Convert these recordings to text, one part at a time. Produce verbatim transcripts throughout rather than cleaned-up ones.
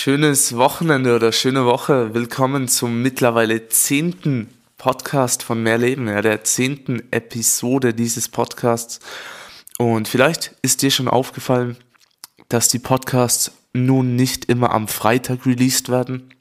Schönes Wochenende oder schöne Woche. Willkommen zum mittlerweile zehnten Podcast von Mehr Leben, ja, der zehnten Episode dieses Podcasts. Und vielleicht ist dir schon aufgefallen, dass die Podcasts nun nicht immer am Freitag released werden.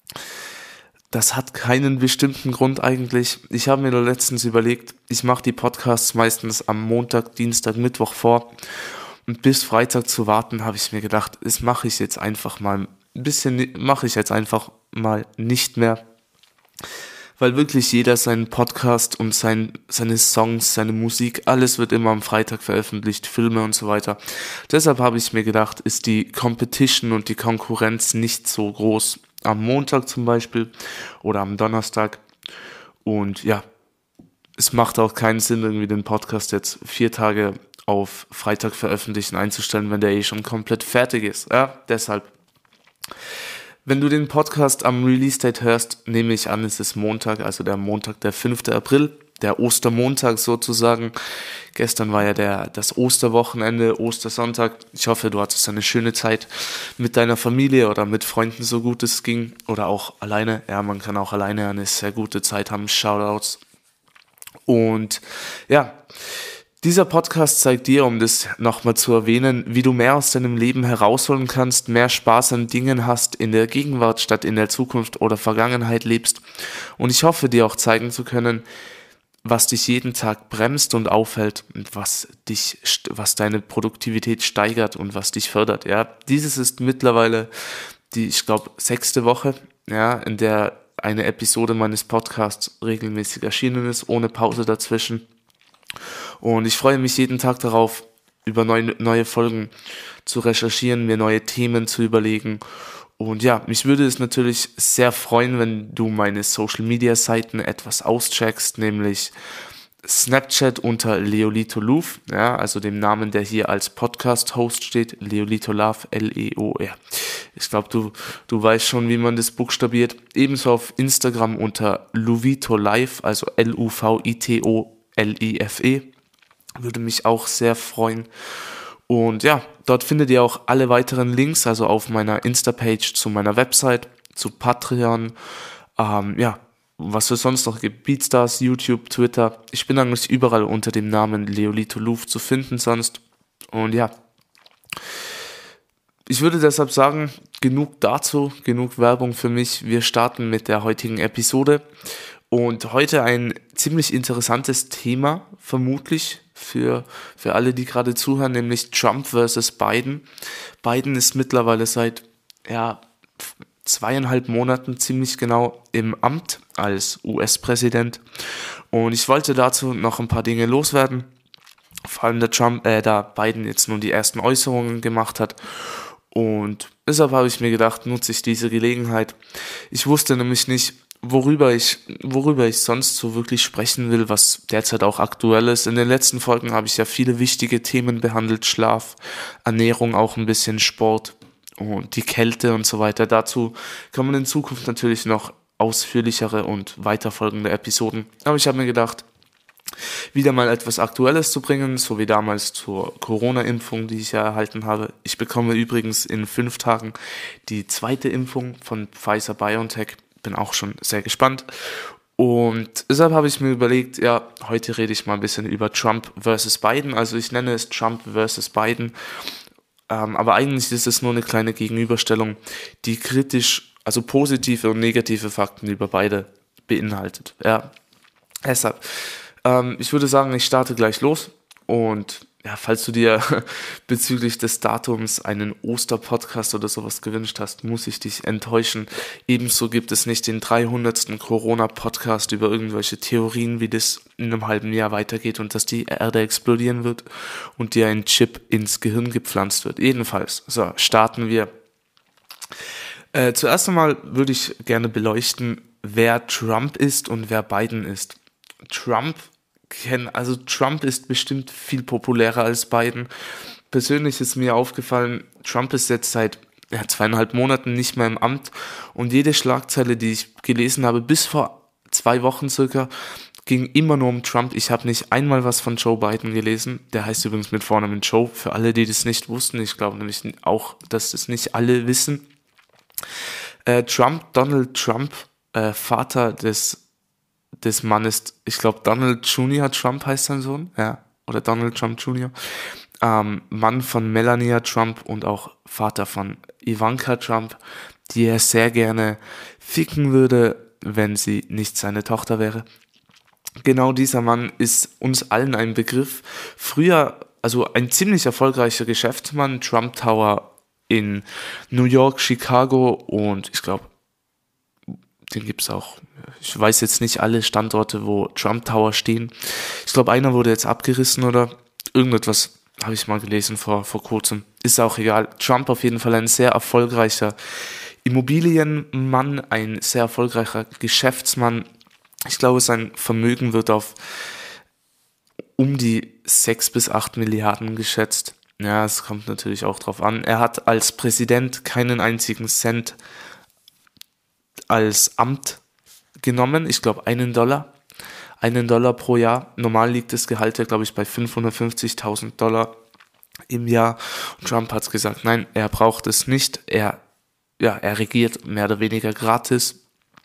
Das hat keinen bestimmten Grund eigentlich. Ich habe mir nur letztens überlegt, ich mache die Podcasts meistens am Montag, Dienstag, Mittwoch vor. Und bis Freitag zu warten, habe ich mir gedacht, das mache ich jetzt einfach mal ein bisschen, mache ich jetzt einfach mal nicht mehr. Weil wirklich jeder seinen Podcast und sein, seine Songs, seine Musik, alles wird immer am Freitag veröffentlicht, Filme und so weiter. Deshalb habe ich mir gedacht, ist die Competition und die Konkurrenz nicht so groß. Am Montag zum Beispiel oder am Donnerstag. Und ja, es macht auch keinen Sinn, irgendwie den Podcast jetzt vier Tage auf Freitag veröffentlichen einzustellen, wenn der eh schon komplett fertig ist. Ja, deshalb. Wenn du den Podcast am Release-Date hörst, nehme ich an, es ist Montag, also der Montag, der fünfte April, der Ostermontag sozusagen. Gestern war ja der, das Osterwochenende, Ostersonntag. Ich hoffe, du hattest eine schöne Zeit mit deiner Familie oder mit Freunden, so gut es ging. Oder auch alleine. Ja, man kann auch alleine eine sehr gute Zeit haben. Shoutouts. Und ja, dieser Podcast zeigt dir, um das nochmal zu erwähnen, wie du mehr aus deinem Leben herausholen kannst, mehr Spaß an Dingen hast, in der Gegenwart statt in der Zukunft oder Vergangenheit lebst. Und ich hoffe, dir auch zeigen zu können, was dich jeden Tag bremst und aufhält und was dich, was deine Produktivität steigert und was dich fördert. Ja, dieses ist mittlerweile die, ich glaube, sechste Woche, ja, in der eine Episode meines Podcasts regelmäßig erschienen ist, ohne Pause dazwischen. Und ich freue mich jeden Tag darauf, über neue, neue Folgen zu recherchieren, mir neue Themen zu überlegen. Und ja, mich würde es natürlich sehr freuen, wenn du meine Social-Media-Seiten etwas auscheckst, nämlich Snapchat unter Leolito Love, ja, also dem Namen, der hier als Podcast-Host steht, Leolito Love, L E O R. Ich glaube, du, du weißt schon, wie man das buchstabiert. Ebenso auf Instagram unter Luvito Live, also L U V I T O L I F E. Würde mich auch sehr freuen. Und ja, dort findet ihr auch alle weiteren Links, also auf meiner Insta-Page zu meiner Website, zu Patreon, ähm, ja, was es sonst noch gibt, Beatstars, YouTube, Twitter. Ich bin eigentlich überall unter dem Namen Leolito Love zu finden sonst. Und ja, ich würde deshalb sagen, genug dazu, genug Werbung für mich. Wir starten mit der heutigen Episode. Und heute ein ziemlich interessantes Thema, vermutlich für, für alle, die gerade zuhören, nämlich Trump versus Biden. Biden ist mittlerweile seit ja, zweieinhalb Monaten ziemlich genau im Amt als U S-Präsident. Und ich wollte dazu noch ein paar Dinge loswerden. Vor allem der Trump, äh, da Biden jetzt nun die ersten Äußerungen gemacht hat. Und deshalb habe ich mir gedacht, nutze ich diese Gelegenheit. Ich wusste nämlich nicht, worüber ich, worüber ich sonst so wirklich sprechen will, was derzeit auch aktuell ist. In den letzten Folgen habe ich ja viele wichtige Themen behandelt, Schlaf, Ernährung, auch ein bisschen Sport und die Kälte und so weiter. Dazu kommen in Zukunft natürlich noch ausführlichere und weiterfolgende Episoden. Aber ich habe mir gedacht, wieder mal etwas Aktuelles zu bringen, so wie damals zur Corona-Impfung, die ich ja erhalten habe. Ich bekomme übrigens in fünf Tagen die zweite Impfung von Pfizer-BioNTech. Bin auch schon sehr gespannt. Und deshalb habe ich mir überlegt, ja, heute rede ich mal ein bisschen über Trump versus Biden. Also ich nenne es Trump versus Biden. Ähm, aber eigentlich ist es nur eine kleine Gegenüberstellung, die kritisch, also positive und negative Fakten über beide beinhaltet. Ja, deshalb. Ähm, ich würde sagen, ich starte gleich los. Und ja, falls du dir bezüglich des Datums einen Oster-Podcast oder sowas gewünscht hast, muss ich dich enttäuschen. Ebenso gibt es nicht den dreihundertsten Corona-Podcast über irgendwelche Theorien, wie das in einem halben Jahr weitergeht und dass die Erde explodieren wird und dir ein Chip ins Gehirn gepflanzt wird. Jedenfalls, so, starten wir. Äh, zuerst einmal würde ich gerne beleuchten, wer Trump ist und wer Biden ist. Trump Also Trump ist bestimmt viel populärer als Biden. Persönlich ist mir aufgefallen, Trump ist jetzt seit ja, zweieinhalb Monaten nicht mehr im Amt und jede Schlagzeile, die ich gelesen habe, bis vor zwei Wochen circa, ging immer nur um Trump. Ich habe nicht einmal was von Joe Biden gelesen. Der heißt übrigens mit Vornamen Joe, für alle, die das nicht wussten. Ich glaube nämlich auch, dass das nicht alle wissen. Äh, Trump, Donald Trump, äh, Vater des, des Mannes, ich glaube Donald Junior Trump heißt sein Sohn, ja, oder Donald Trump Junior Ähm, Mann von Melania Trump und auch Vater von Ivanka Trump, die er sehr gerne ficken würde, wenn sie nicht seine Tochter wäre. Genau dieser Mann ist uns allen ein Begriff. Früher, also ein ziemlich erfolgreicher Geschäftsmann, Trump Tower in New York, Chicago und ich glaube, den gibt's auch. Ich weiß jetzt nicht alle Standorte, wo Trump Tower stehen. Ich glaube, einer wurde jetzt abgerissen oder irgendetwas habe ich mal gelesen vor, vor kurzem. Ist auch egal. Trump auf jeden Fall ein sehr erfolgreicher Immobilienmann, ein sehr erfolgreicher Geschäftsmann. Ich glaube, sein Vermögen wird auf um die sechs bis acht Milliarden geschätzt. Ja, es kommt natürlich auch drauf an. Er hat als Präsident keinen einzigen Cent als Amt genommen. Ich glaube, einen Dollar. Einen Dollar pro Jahr. Normal liegt das Gehalt ja, glaube ich, bei fünfhundertfünfzigtausend Dollar im Jahr. Und Trump hat gesagt, nein, er braucht es nicht. Er, ja, er regiert mehr oder weniger gratis.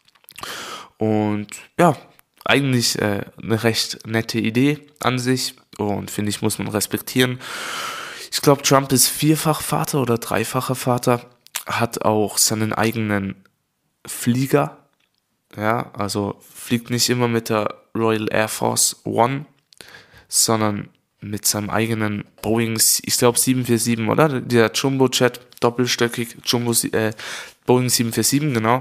Und ja, eigentlich äh, eine recht nette Idee an sich. Und finde ich, muss man respektieren. Ich glaube, Trump ist vierfach Vater oder dreifacher Vater. Hat auch seinen eigenen Flieger. Ja, also fliegt nicht immer mit der Royal Air Force One, sondern mit seinem eigenen Boeing, ich glaube sieben vier sieben, oder? Der Jumbo-Jet, doppelstöckig, Jumbo, äh, Boeing sieben vier sieben, genau.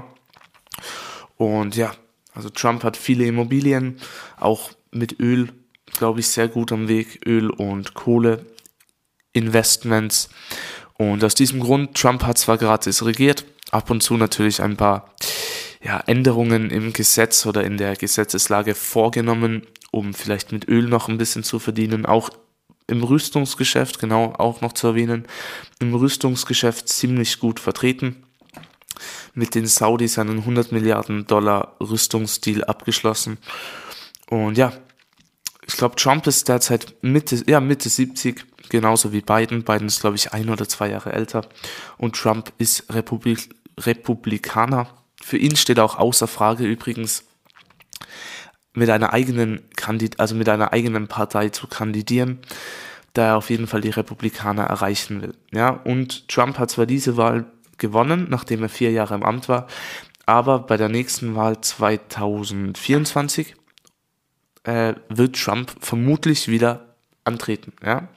Und ja, also Trump hat viele Immobilien, auch mit Öl, glaube ich, sehr gut am Weg, Öl- und Kohle-Investments. Und aus diesem Grund, Trump hat zwar gratis regiert, ab und zu natürlich ein paar ja, Änderungen im Gesetz oder in der Gesetzeslage vorgenommen, um vielleicht mit Öl noch ein bisschen zu verdienen, auch im Rüstungsgeschäft, genau, auch noch zu erwähnen, im Rüstungsgeschäft ziemlich gut vertreten, mit den Saudis einen hundert Milliarden Dollar Rüstungsdeal abgeschlossen und ja, ich glaube, Trump ist derzeit Mitte, ja, Mitte siebzig, genauso wie Biden, Biden ist glaube ich ein oder zwei Jahre älter und Trump ist Republik- Republikaner. Für ihn steht auch außer Frage übrigens, mit einer eigenen Kandid- also mit einer eigenen Partei zu kandidieren, da er auf jeden Fall die Republikaner erreichen will. Ja, und Trump hat zwar diese Wahl gewonnen, nachdem er vier Jahre im Amt war, aber bei der nächsten Wahl zwanzig vierundzwanzig äh, wird Trump vermutlich wieder antreten. Ja,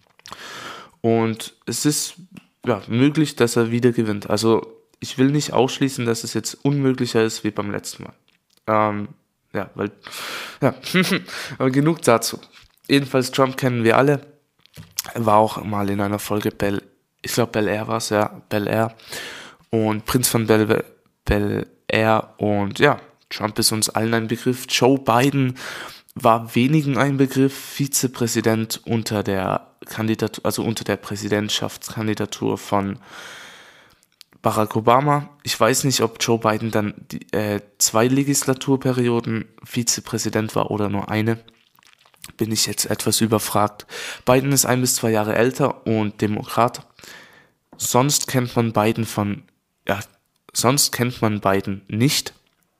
und es ist ja möglich, dass er wieder gewinnt. Also ich will nicht ausschließen, dass es jetzt unmöglicher ist wie beim letzten Mal. Ähm, ja, weil, ja, aber genug dazu. Jedenfalls, Trump kennen wir alle. Er war auch mal in einer Folge Bel, ich glaube Bel Air war es, ja, Bel Air. Und Prinz von Bel, Bel Air. Und ja, Trump ist uns allen ein Begriff. Joe Biden war wenigen ein Begriff. Vizepräsident unter der Kandidatur, also unter der Präsidentschaftskandidatur von Barack Obama. Ich weiß nicht, ob Joe Biden dann die, äh, zwei Legislaturperioden Vizepräsident war oder nur eine. Bin ich jetzt etwas überfragt. Biden ist ein bis zwei Jahre älter und Demokrat. Sonst kennt man Biden von, ja, sonst kennt man Biden nicht.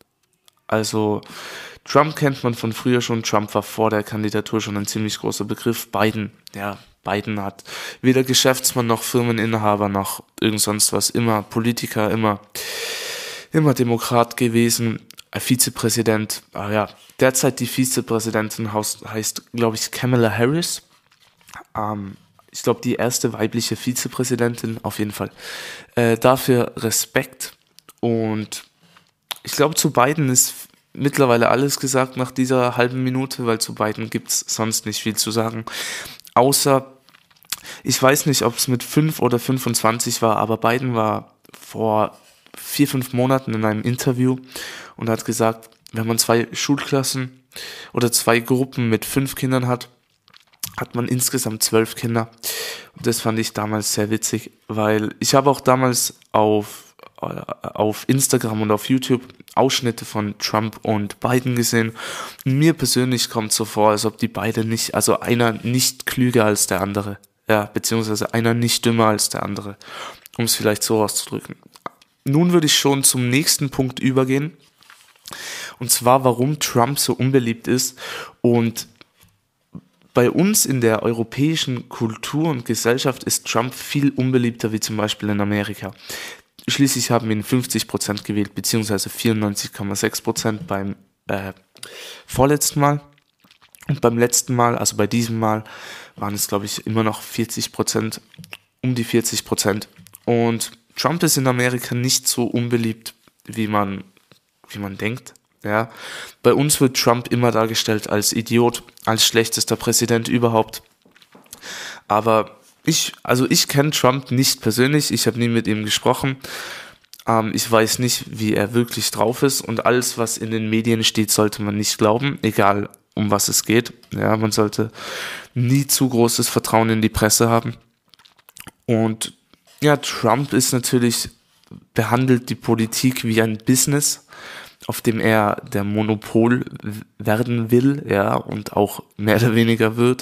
Also Trump kennt man von früher schon. Trump war vor der Kandidatur schon ein ziemlich großer Begriff. Biden, ja, Biden hat weder Geschäftsmann noch Firmeninhaber noch irgend sonst was. Immer Politiker, immer, immer Demokrat gewesen. Vizepräsident, ah ja, derzeit die Vizepräsidentin heißt, glaube ich, Kamala Harris. Ähm, ich glaube, die erste weibliche Vizepräsidentin, auf jeden Fall. Äh, dafür Respekt. Und ich glaube, zu Biden ist mittlerweile alles gesagt nach dieser halben Minute, weil zu Biden gibt es sonst nicht viel zu sagen. Außer, ich weiß nicht, ob es mit fünf oder fünfundzwanzig war, aber Biden war vor vier, fünf Monaten in einem Interview und hat gesagt, wenn man zwei Schulklassen oder zwei Gruppen mit fünf Kindern hat, hat man insgesamt zwölf Kinder. Und das fand ich damals sehr witzig, weil ich habe auch damals auf, auf Instagram und auf YouTube Ausschnitte von Trump und Biden gesehen. Und mir persönlich kommt so vor, als ob die beiden nicht, also einer nicht klüger als der andere, ja, beziehungsweise einer nicht dümmer als der andere, um es vielleicht so auszudrücken. nun würde ich schon zum nächsten Punkt übergehen. Und zwar, warum Trump so unbeliebt ist. Und bei uns in der europäischen Kultur und Gesellschaft ist Trump viel unbeliebter wie zum Beispiel in Amerika. Schließlich haben ihn fünfzig Prozent gewählt, beziehungsweise vierundneunzig Komma sechs Prozent beim äh, vorletzten Mal. Und beim letzten Mal, also bei diesem Mal, waren es, glaube ich, immer noch vierzig Prozent, um die vierzig Prozent. Und Trump ist in Amerika nicht so unbeliebt, wie man, wie man denkt. Ja. Bei uns wird Trump immer dargestellt als Idiot, als schlechtester Präsident überhaupt. Aber ich, also ich kenne Trump nicht persönlich, ich habe nie mit ihm gesprochen. Ähm, ich weiß nicht, wie er wirklich drauf ist, und alles, was in den Medien steht, sollte man nicht glauben, egal um was es geht. Ja, man sollte nie zu großes Vertrauen in die Presse haben. Und ja, Trump ist natürlich, behandelt die Politik wie ein Business, auf dem er der Monopol werden will, ja, und auch mehr oder weniger wird.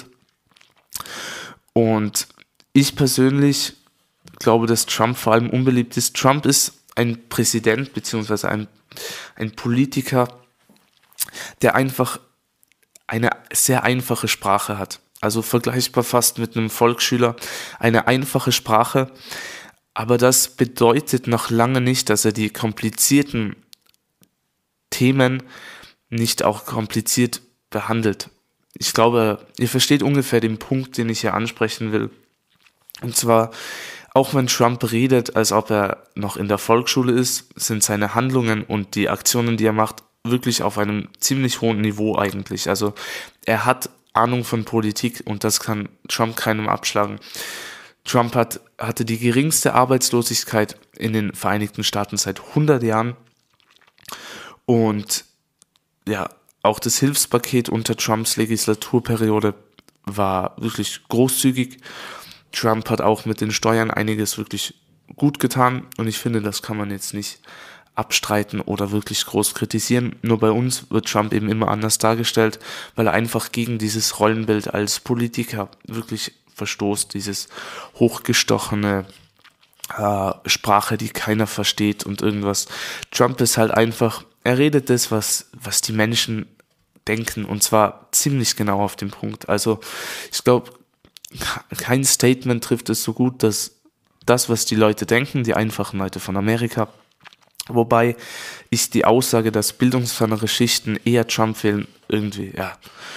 Und ich persönlich glaube, dass Trump vor allem unbeliebt ist. Trump ist ein Präsident beziehungsweise ein, ein Politiker, der einfach eine sehr einfache Sprache hat. Also vergleichbar fast mit einem Volksschüler. Eine einfache Sprache, aber das bedeutet noch lange nicht, dass er die komplizierten Themen nicht auch kompliziert behandelt. Ich glaube, ihr versteht ungefähr den Punkt, den ich hier ansprechen will. Und zwar, auch wenn Trump redet, als ob er noch in der Volksschule ist, sind seine Handlungen und die Aktionen, die er macht, wirklich auf einem ziemlich hohen Niveau eigentlich. Also er hat Ahnung von Politik und das kann Trump keinem abschlagen. Trump hat, hatte die geringste Arbeitslosigkeit in den Vereinigten Staaten seit hundert Jahren. Und ja, auch das Hilfspaket unter Trumps Legislaturperiode war wirklich großzügig. Trump hat auch mit den Steuern einiges wirklich gut getan und ich finde, das kann man jetzt nicht abstreiten oder wirklich groß kritisieren. Nur bei uns wird Trump eben immer anders dargestellt, weil er einfach gegen dieses Rollenbild als Politiker wirklich verstoßt, dieses hochgestochene äh, Sprache, die keiner versteht und irgendwas. Trump ist halt einfach, er redet das, was, was die Menschen denken, und zwar ziemlich genau auf den Punkt. Also ich glaube, kein Statement trifft es so gut, dass das, was die Leute denken, die einfachen Leute von Amerika, wobei ich die Aussage, dass bildungsfernere Schichten eher Trump wählen, irgendwie, ja,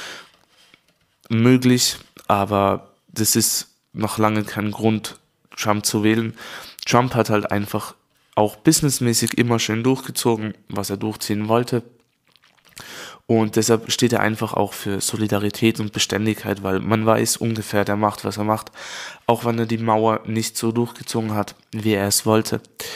möglich, aber das ist noch lange kein Grund, Trump zu wählen. Trump hat halt einfach auch businessmäßig immer schön durchgezogen, was er durchziehen wollte. Und deshalb steht er einfach auch für Solidarität und Beständigkeit, weil man weiß ungefähr, der macht, was er macht, auch wenn er die Mauer nicht so durchgezogen hat, wie er es wollte.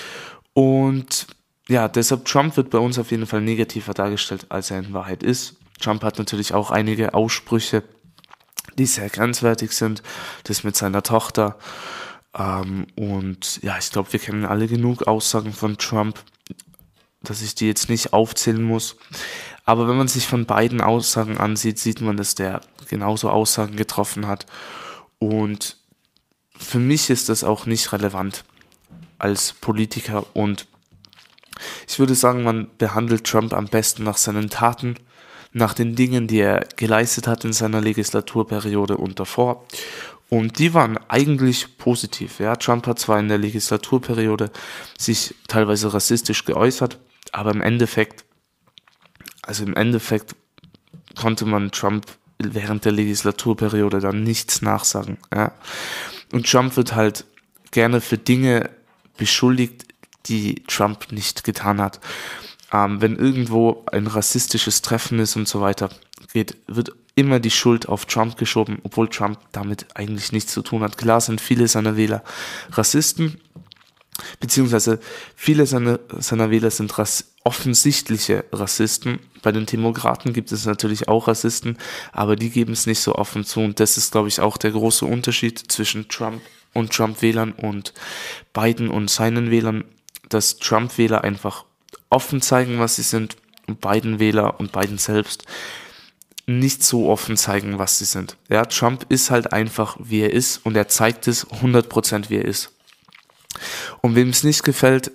Und ja, deshalb Trump wird bei uns auf jeden Fall negativer dargestellt, als er in Wahrheit ist. Trump hat natürlich auch einige Aussprüche, die sehr grenzwertig sind, das mit seiner Tochter. Ähm, und ja, ich glaube, wir kennen alle genug Aussagen von Trump, dass ich die jetzt nicht aufzählen muss. Aber wenn man sich von beiden Aussagen ansieht, sieht man, dass der genauso Aussagen getroffen hat. Und für mich ist das auch nicht relevant als Politiker. Und ich würde sagen, man behandelt Trump am besten nach seinen Taten, nach den Dingen, die er geleistet hat in seiner Legislaturperiode und davor. Und die waren eigentlich positiv. Ja, Trump hat zwar in der Legislaturperiode sich teilweise rassistisch geäußert, aber im Endeffekt, also im Endeffekt konnte man Trump während der Legislaturperiode dann nichts nachsagen. Ja. Und Trump wird halt gerne für Dinge beschuldigt, die Trump nicht getan hat. Ähm, wenn irgendwo ein rassistisches Treffen ist und so weiter, geht, wird immer die Schuld auf Trump geschoben, obwohl Trump damit eigentlich nichts zu tun hat. Klar sind viele seiner Wähler Rassisten, beziehungsweise viele seiner, seiner Wähler sind rass, offensichtliche Rassisten. Bei den Demokraten gibt es natürlich auch Rassisten, aber die geben es nicht so offen zu. Und das ist, glaube ich, auch der große Unterschied zwischen Trump und Trump-Wählern und Biden und seinen Wählern, dass Trump-Wähler einfach offen zeigen, was sie sind, und Biden-Wähler und Biden selbst nicht so offen zeigen, was sie sind. Ja, Trump ist halt einfach, wie er ist, und er zeigt es hundert Prozent, wie er ist. Und wem es nicht gefällt,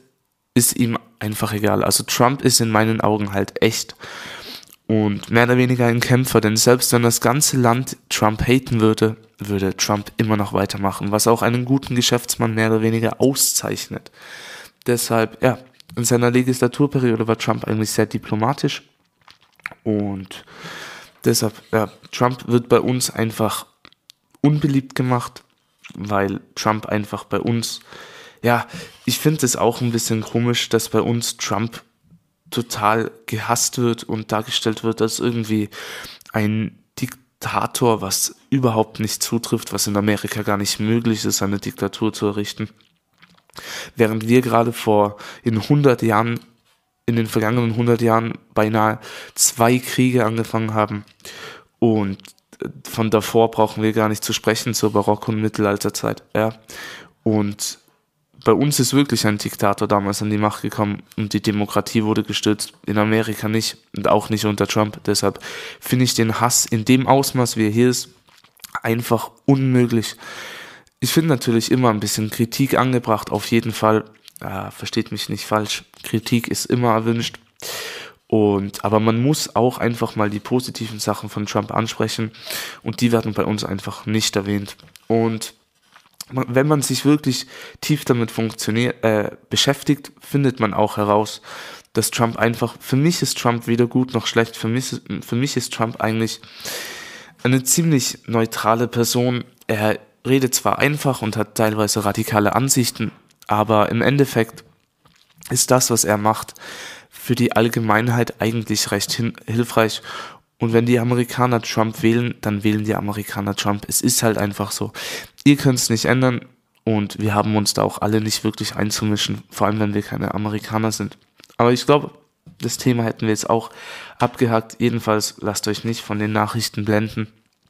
ist ihm einfach egal. Also Trump ist in meinen Augen halt echt und mehr oder weniger ein Kämpfer, denn selbst wenn das ganze Land Trump haten würde, würde Trump immer noch weitermachen, was auch einen guten Geschäftsmann mehr oder weniger auszeichnet. Deshalb, ja, in seiner Legislaturperiode war Trump eigentlich sehr diplomatisch und deshalb, ja, Trump wird bei uns einfach unbeliebt gemacht, weil Trump einfach bei uns, ja, ich finde es auch ein bisschen komisch, dass bei uns Trump total gehasst wird und dargestellt wird als irgendwie ein Diktator, was überhaupt nicht zutrifft, was in Amerika gar nicht möglich ist, eine Diktatur zu errichten. Während wir gerade vor in hundert Jahren, in den vergangenen hundert Jahren beinahe zwei Kriege angefangen haben und von davor brauchen wir gar nicht zu sprechen, zur Barock- und Mittelalterzeit, ja, und bei uns ist wirklich ein Diktator damals an die Macht gekommen und die Demokratie wurde gestürzt. In Amerika nicht und auch nicht unter Trump. Deshalb finde ich den Hass in dem Ausmaß, wie er hier ist, einfach unmöglich. Ich finde natürlich immer ein bisschen Kritik angebracht, auf jeden Fall. Äh, versteht mich nicht falsch. Kritik ist immer erwünscht. Und, aber man muss auch einfach mal die positiven Sachen von Trump ansprechen und die werden bei uns einfach nicht erwähnt. Und wenn man sich wirklich tief damit funktioniert, äh, beschäftigt, findet man auch heraus, dass Trump einfach, für mich ist Trump weder gut noch schlecht, für mich, für mich ist Trump eigentlich eine ziemlich neutrale Person. Er redet zwar einfach und hat teilweise radikale Ansichten, aber im Endeffekt ist das, was er macht, für die Allgemeinheit eigentlich recht hin- hilfreich. Und wenn die Amerikaner Trump wählen, dann wählen die Amerikaner Trump. Es ist halt einfach so. Ihr könnt es nicht ändern und wir haben uns da auch alle nicht wirklich einzumischen, vor allem wenn wir keine Amerikaner sind. Aber ich glaube, das Thema hätten wir jetzt auch abgehakt. Jedenfalls lasst euch nicht von den Nachrichten blenden.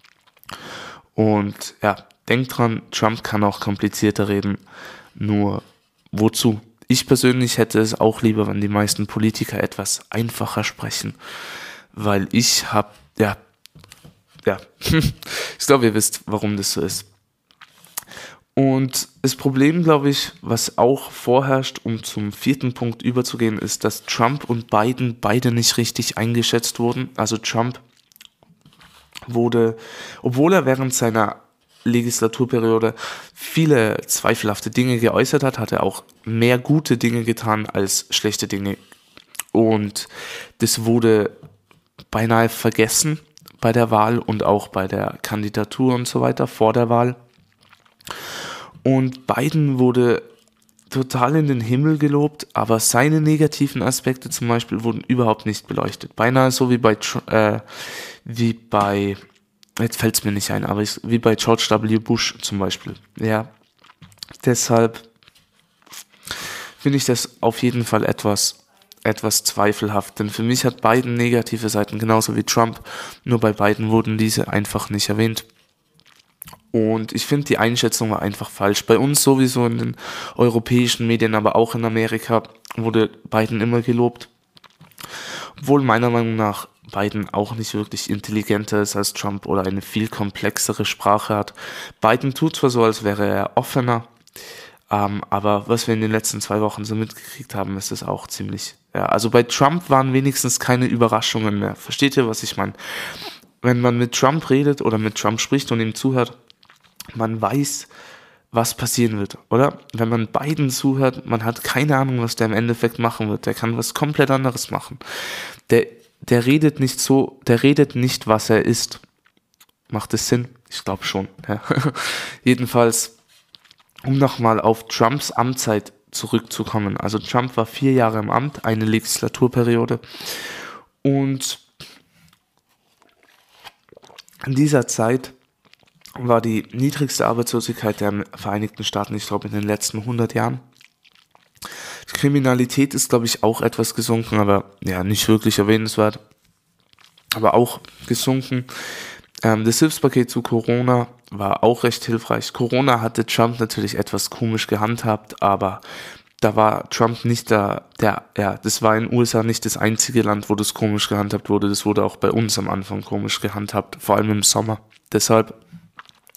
Und ja, denkt dran, Trump kann auch komplizierter reden. Nur wozu? Ich persönlich hätte es auch lieber, wenn die meisten Politiker etwas einfacher sprechen. Weil ich habe, ja, ja, ich glaube, ihr wisst, warum das so ist. Und das Problem, glaube ich, was auch vorherrscht, um zum vierten Punkt überzugehen, ist, dass Trump und Biden beide nicht richtig eingeschätzt wurden. Also Trump wurde, obwohl er während seiner Legislaturperiode viele zweifelhafte Dinge geäußert hat, hat er auch mehr gute Dinge getan als schlechte Dinge. Und das wurde beinahe vergessen bei der Wahl und auch bei der Kandidatur und so weiter vor der Wahl. Und Biden wurde total in den Himmel gelobt, aber seine negativen Aspekte zum Beispiel wurden überhaupt nicht beleuchtet. Beinahe so wie bei, äh, wie bei, jetzt fällt es mir nicht ein, aber ich, wie bei George W. Bush zum Beispiel. Ja, deshalb finde ich das auf jeden Fall etwas, etwas zweifelhaft, denn für mich hat Biden negative Seiten, genauso wie Trump, nur bei Biden wurden diese einfach nicht erwähnt. Und ich finde, die Einschätzung war einfach falsch. Bei uns sowieso in den europäischen Medien, aber auch in Amerika wurde Biden immer gelobt. Obwohl meiner Meinung nach Biden auch nicht wirklich intelligenter ist als Trump oder eine viel komplexere Sprache hat. Biden tut zwar so, als wäre er offener, ähm, aber was wir in den letzten zwei Wochen so mitgekriegt haben, ist es auch ziemlich... Ja, also bei Trump waren wenigstens keine Überraschungen mehr. Versteht ihr, was ich meine? Wenn man mit Trump redet oder mit Trump spricht und ihm zuhört, man weiß, was passieren wird, oder? Wenn man Biden zuhört, man hat keine Ahnung, was der im Endeffekt machen wird. Der kann was komplett anderes machen. Der, der redet nicht so, der redet nicht, was er ist. Macht es Sinn? Ich glaube schon. Ja. Jedenfalls, um nochmal auf Trumps Amtszeit zurückzukommen. Also Trump war vier Jahre im Amt, eine Legislaturperiode. Und in dieser Zeit war die niedrigste Arbeitslosigkeit der Vereinigten Staaten, ich glaube, in den letzten hundert Jahren. Die Kriminalität ist, glaube ich, auch etwas gesunken, aber ja, nicht wirklich erwähnenswert. Aber auch gesunken. Ähm, das Hilfspaket zu Corona war auch recht hilfreich. Corona hatte Trump natürlich etwas komisch gehandhabt, aber da war Trump nicht der, der, ja, das war in den U S A nicht das einzige Land, wo das komisch gehandhabt wurde. Das wurde auch bei uns am Anfang komisch gehandhabt, vor allem im Sommer. Deshalb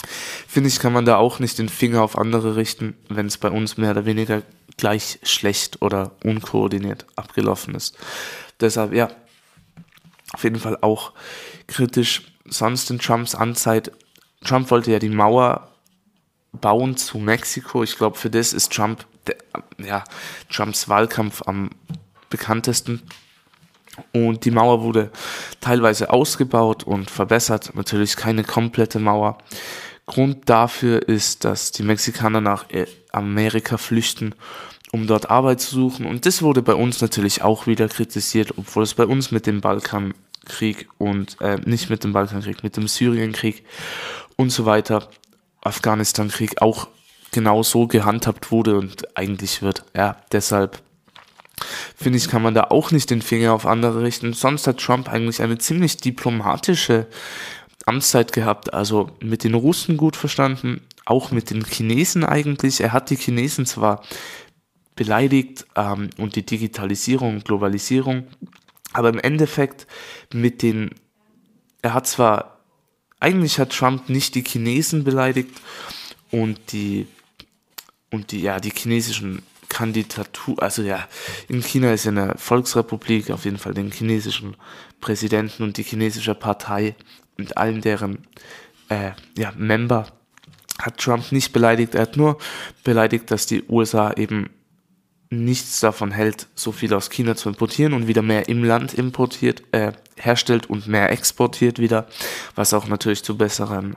Finde ich, kann man da auch nicht den Finger auf andere richten, wenn es bei uns mehr oder weniger gleich schlecht oder unkoordiniert abgelaufen ist. Deshalb, ja, auf jeden Fall auch kritisch. Sonst in Trumps Amtszeit, Trump wollte ja die Mauer bauen zu Mexiko. Ich glaube, für das ist Trump, der, ja, Trumps Wahlkampf am bekanntesten. Und die Mauer wurde teilweise ausgebaut und verbessert. Natürlich keine komplette Mauer. Grund dafür ist, dass die Mexikaner nach Amerika flüchten, um dort Arbeit zu suchen. Und das wurde bei uns natürlich auch wieder kritisiert, obwohl es bei uns mit dem Balkankrieg und äh, nicht mit dem Balkankrieg, mit dem Syrienkrieg und so weiter, Afghanistan-Krieg auch genau so gehandhabt wurde und eigentlich wird. Ja, deshalb finde ich, kann man da auch nicht den Finger auf andere richten. Sonst hat Trump eigentlich eine ziemlich diplomatische Amtszeit gehabt, also mit den Russen gut verstanden, auch mit den Chinesen eigentlich. Er hat die Chinesen zwar beleidigt ähm, und die Digitalisierung und Globalisierung, aber im Endeffekt mit den, er hat zwar, eigentlich hat Trump nicht die Chinesen beleidigt und die, und die, ja, die chinesischen Kandidatur, also ja, in China ist ja eine Volksrepublik, auf jeden Fall den chinesischen Präsidenten und die chinesische Partei und allen deren äh, ja, Member hat Trump nicht beleidigt. Er hat nur beleidigt, dass die U S A eben nichts davon hält, so viel aus China zu importieren und wieder mehr im Land importiert, äh, herstellt und mehr exportiert wieder, was auch natürlich zu besseren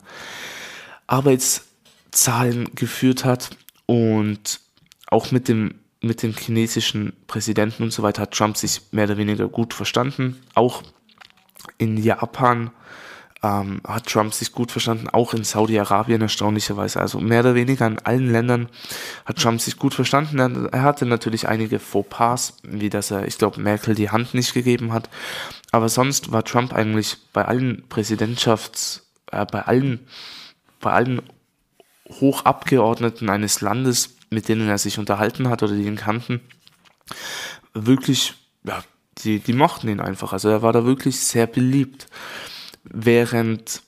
Arbeitszahlen geführt hat. Und auch mit dem mit den chinesischen Präsidenten und so weiter hat Trump sich mehr oder weniger gut verstanden. Auch in Japan ähm, hat Trump sich gut verstanden, auch in Saudi-Arabien erstaunlicherweise. Also mehr oder weniger in allen Ländern hat Trump sich gut verstanden. Er, er hatte natürlich einige Fauxpas, wie dass er, ich glaube, Merkel die Hand nicht gegeben hat. Aber sonst war Trump eigentlich bei allen Präsidentschafts-, äh, bei allen, bei allen Hochabgeordneten eines Landes, mit denen er sich unterhalten hat oder die ihn kannten, wirklich, ja, die, die mochten ihn einfach. Also er war da wirklich sehr beliebt. Während,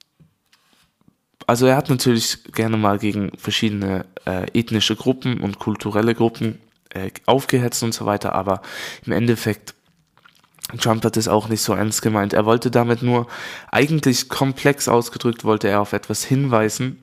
also er hat natürlich gerne mal gegen verschiedene äh, ethnische Gruppen und kulturelle Gruppen äh, aufgehetzt und so weiter, aber im Endeffekt, Trump hat es auch nicht so ernst gemeint. Er wollte damit nur, eigentlich komplex ausgedrückt, wollte er auf etwas hinweisen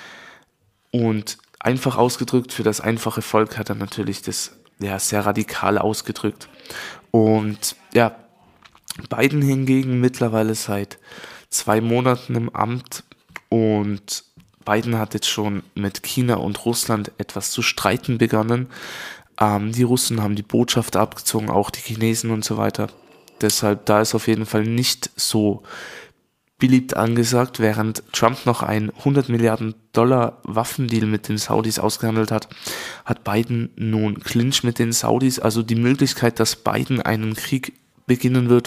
und einfach ausgedrückt, für das einfache Volk hat er natürlich das ja sehr radikal ausgedrückt. Und ja, Biden hingegen mittlerweile seit zwei Monaten im Amt und Biden hat jetzt schon mit China und Russland etwas zu streiten begonnen. Ähm, die Russen haben die Botschaft abgezogen, auch die Chinesen und so weiter. Deshalb, da ist auf jeden Fall nicht so beliebt angesagt, während Trump noch einen hundert Milliarden Dollar Waffendeal mit den Saudis ausgehandelt hat, hat Biden nun Clinch mit den Saudis, also die Möglichkeit, dass Biden einen Krieg beginnen wird.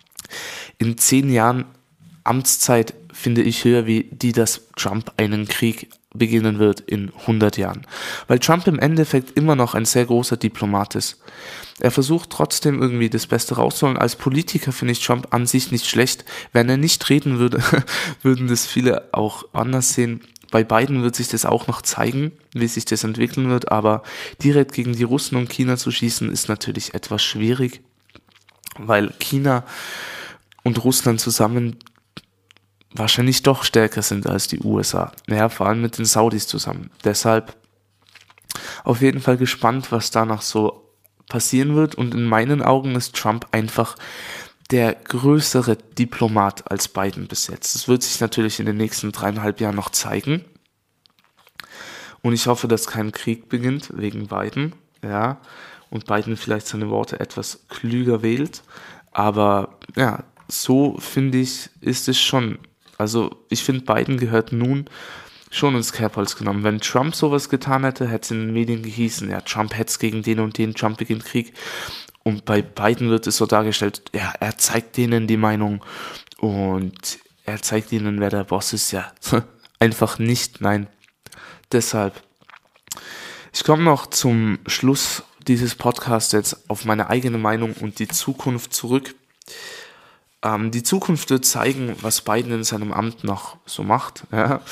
In zehn Jahren Amtszeit finde ich höher, wie die, dass Trump einen Krieg beginnen wird in hundert Jahren. Weil Trump im Endeffekt immer noch ein sehr großer Diplomat ist. Er versucht trotzdem irgendwie das Beste rauszuholen. Als Politiker finde ich Trump an sich nicht schlecht. Wenn er nicht reden würde, würden das viele auch anders sehen. Bei Biden wird sich das auch noch zeigen, wie sich das entwickeln wird. Aber direkt gegen die Russen und China zu schießen, ist natürlich etwas schwierig, weil China und Russland zusammen wahrscheinlich doch stärker sind als die U S A. Ja, vor allem mit den Saudis zusammen. Deshalb auf jeden Fall gespannt, was danach so passieren wird. Und in meinen Augen ist Trump einfach der größere Diplomat als Biden bis jetzt. Das wird sich natürlich in den nächsten dreieinhalb Jahren noch zeigen. Und ich hoffe, dass kein Krieg beginnt wegen Biden. Ja, und Biden vielleicht seine Worte etwas klüger wählt. Aber ja, so finde ich, ist es schon. Also ich finde, Biden gehört nun schon ins Kerbholz genommen. Wenn Trump sowas getan hätte, hätte es in den Medien gehießen, ja, Trump hetzt gegen den und den, Trump beginnt Krieg. Und bei Biden wird es so dargestellt, ja, er zeigt denen die Meinung und er zeigt ihnen, wer der Boss ist. Ja, einfach nicht, nein. Deshalb, ich komme noch zum Schluss dieses Podcasts jetzt auf meine eigene Meinung und die Zukunft zurück. Ähm, die Zukunft wird zeigen, was Biden in seinem Amt noch so macht. Ja.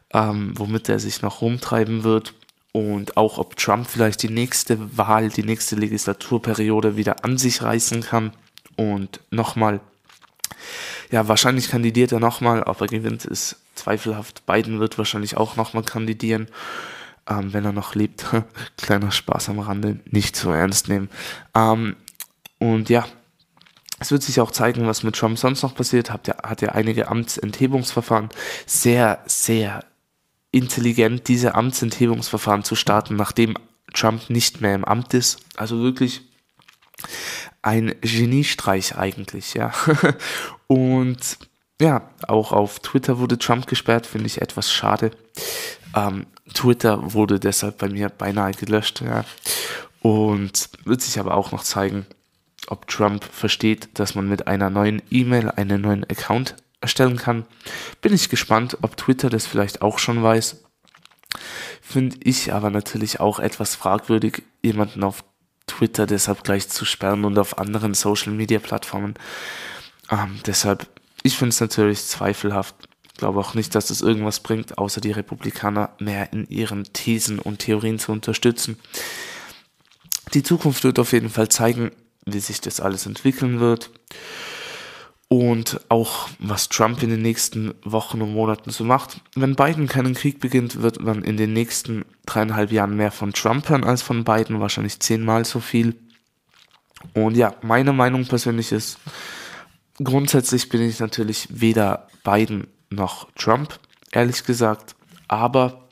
ähm, womit er sich noch rumtreiben wird. Und auch, ob Trump vielleicht die nächste Wahl, die nächste Legislaturperiode wieder an sich reißen kann und nochmal, ja, wahrscheinlich kandidiert er nochmal, ob er gewinnt, ist zweifelhaft. Biden wird wahrscheinlich auch nochmal kandidieren, ähm, wenn er noch lebt. Kleiner Spaß am Rande, nicht so ernst nehmen. Ähm, und ja, es wird sich auch zeigen, was mit Trump sonst noch passiert. Hat er hat ja einige Amtsenthebungsverfahren. Sehr, sehr intelligent, diese Amtsenthebungsverfahren zu starten, nachdem Trump nicht mehr im Amt ist. Also wirklich ein Geniestreich eigentlich, ja. Und ja, auch auf Twitter wurde Trump gesperrt, finde ich etwas schade. Ähm, Twitter wurde deshalb bei mir beinahe gelöscht, ja. Und wird sich aber auch noch zeigen, ob Trump versteht, dass man mit einer neuen E-Mail einen neuen Account erstellen kann. Bin ich gespannt, ob Twitter das vielleicht auch schon weiß. Finde ich aber natürlich auch etwas fragwürdig, jemanden auf Twitter deshalb gleich zu sperren und auf anderen Social-Media-Plattformen. Ähm, deshalb, ich finde es natürlich zweifelhaft. Ich glaube auch nicht, dass es irgendwas bringt, außer die Republikaner mehr in ihren Thesen und Theorien zu unterstützen. Die Zukunft wird auf jeden Fall zeigen, wie sich das alles entwickeln wird. Und auch, was Trump in den nächsten Wochen und Monaten so macht. Wenn Biden keinen Krieg beginnt, wird man in den nächsten dreieinhalb Jahren mehr von Trump hören als von Biden, wahrscheinlich zehnmal so viel. Und ja, meine Meinung persönlich ist, grundsätzlich bin ich natürlich weder Biden noch Trump, ehrlich gesagt. Aber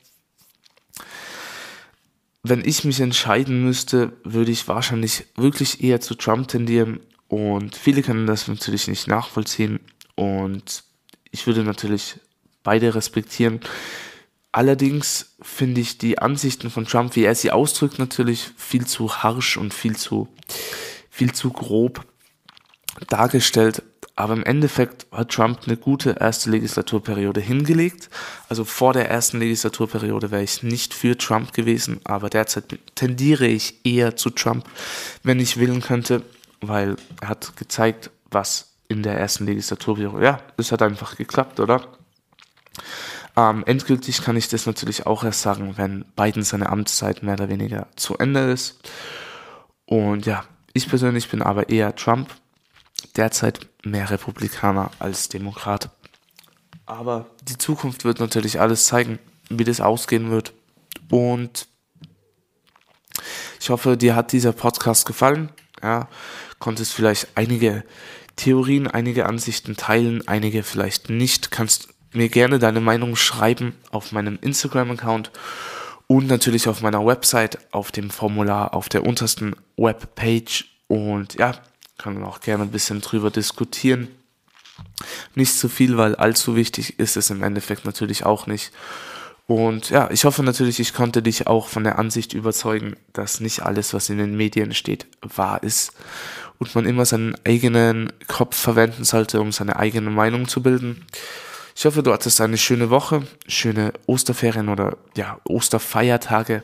wenn ich mich entscheiden müsste, würde ich wahrscheinlich wirklich eher zu Trump tendieren. Und viele können das natürlich nicht nachvollziehen und ich würde natürlich beide respektieren. Allerdings finde ich die Ansichten von Trump, wie er sie ausdrückt, natürlich viel zu harsch und viel zu, viel zu grob dargestellt. Aber im Endeffekt hat Trump eine gute erste Legislaturperiode hingelegt. Also vor der ersten Legislaturperiode wäre ich nicht für Trump gewesen, aber derzeit tendiere ich eher zu Trump, wenn ich wählen könnte. Weil er hat gezeigt, was in der ersten Legislaturperiode, ja, es hat einfach geklappt, oder? Ähm, endgültig kann ich das natürlich auch erst sagen, wenn Biden seine Amtszeit mehr oder weniger zu Ende ist. Und ja, ich persönlich bin aber eher Trump, derzeit mehr Republikaner als Demokrat. Aber die Zukunft wird natürlich alles zeigen, wie das ausgehen wird. Und ich hoffe, dir hat dieser Podcast gefallen. Ja, konntest vielleicht einige Theorien, einige Ansichten teilen, einige vielleicht nicht. Kannst mir gerne deine Meinung schreiben auf meinem Instagram-Account und natürlich auf meiner Website, auf dem Formular, auf der untersten Webpage. Und ja, können wir auch gerne ein bisschen drüber diskutieren. Nicht zu viel, weil allzu wichtig ist es im Endeffekt natürlich auch nicht. Und ja, ich hoffe natürlich, ich konnte dich auch von der Ansicht überzeugen, dass nicht alles, was in den Medien steht, wahr ist und man immer seinen eigenen Kopf verwenden sollte, um seine eigene Meinung zu bilden. Ich hoffe, du hattest eine schöne Woche, schöne Osterferien oder ja, Osterfeiertage.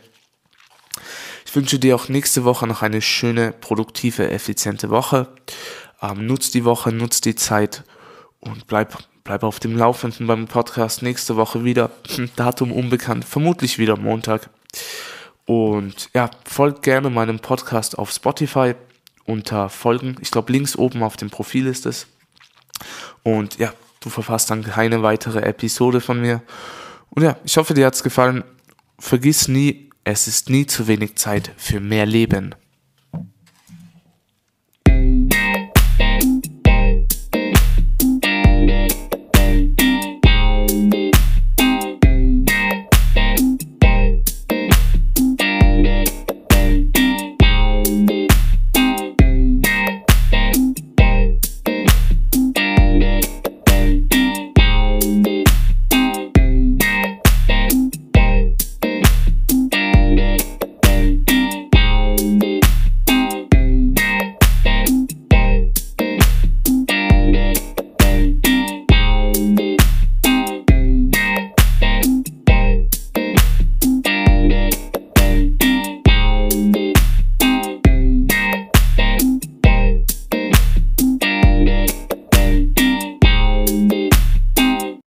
Ich wünsche dir auch nächste Woche noch eine schöne, produktive, effiziente Woche. Ähm, nutz die Woche, nutz die Zeit und bleib Bleib auf dem Laufenden beim Podcast. Nächste Woche wieder. Datum unbekannt. Vermutlich wieder Montag. Und ja, folgt gerne meinem Podcast auf Spotify unter Folgen. Ich glaube, links oben auf dem Profil ist es. Und ja, du verpasst dann keine weitere Episode von mir. Und ja, ich hoffe, dir hat's gefallen. Vergiss nie, es ist nie zu wenig Zeit für mehr Leben.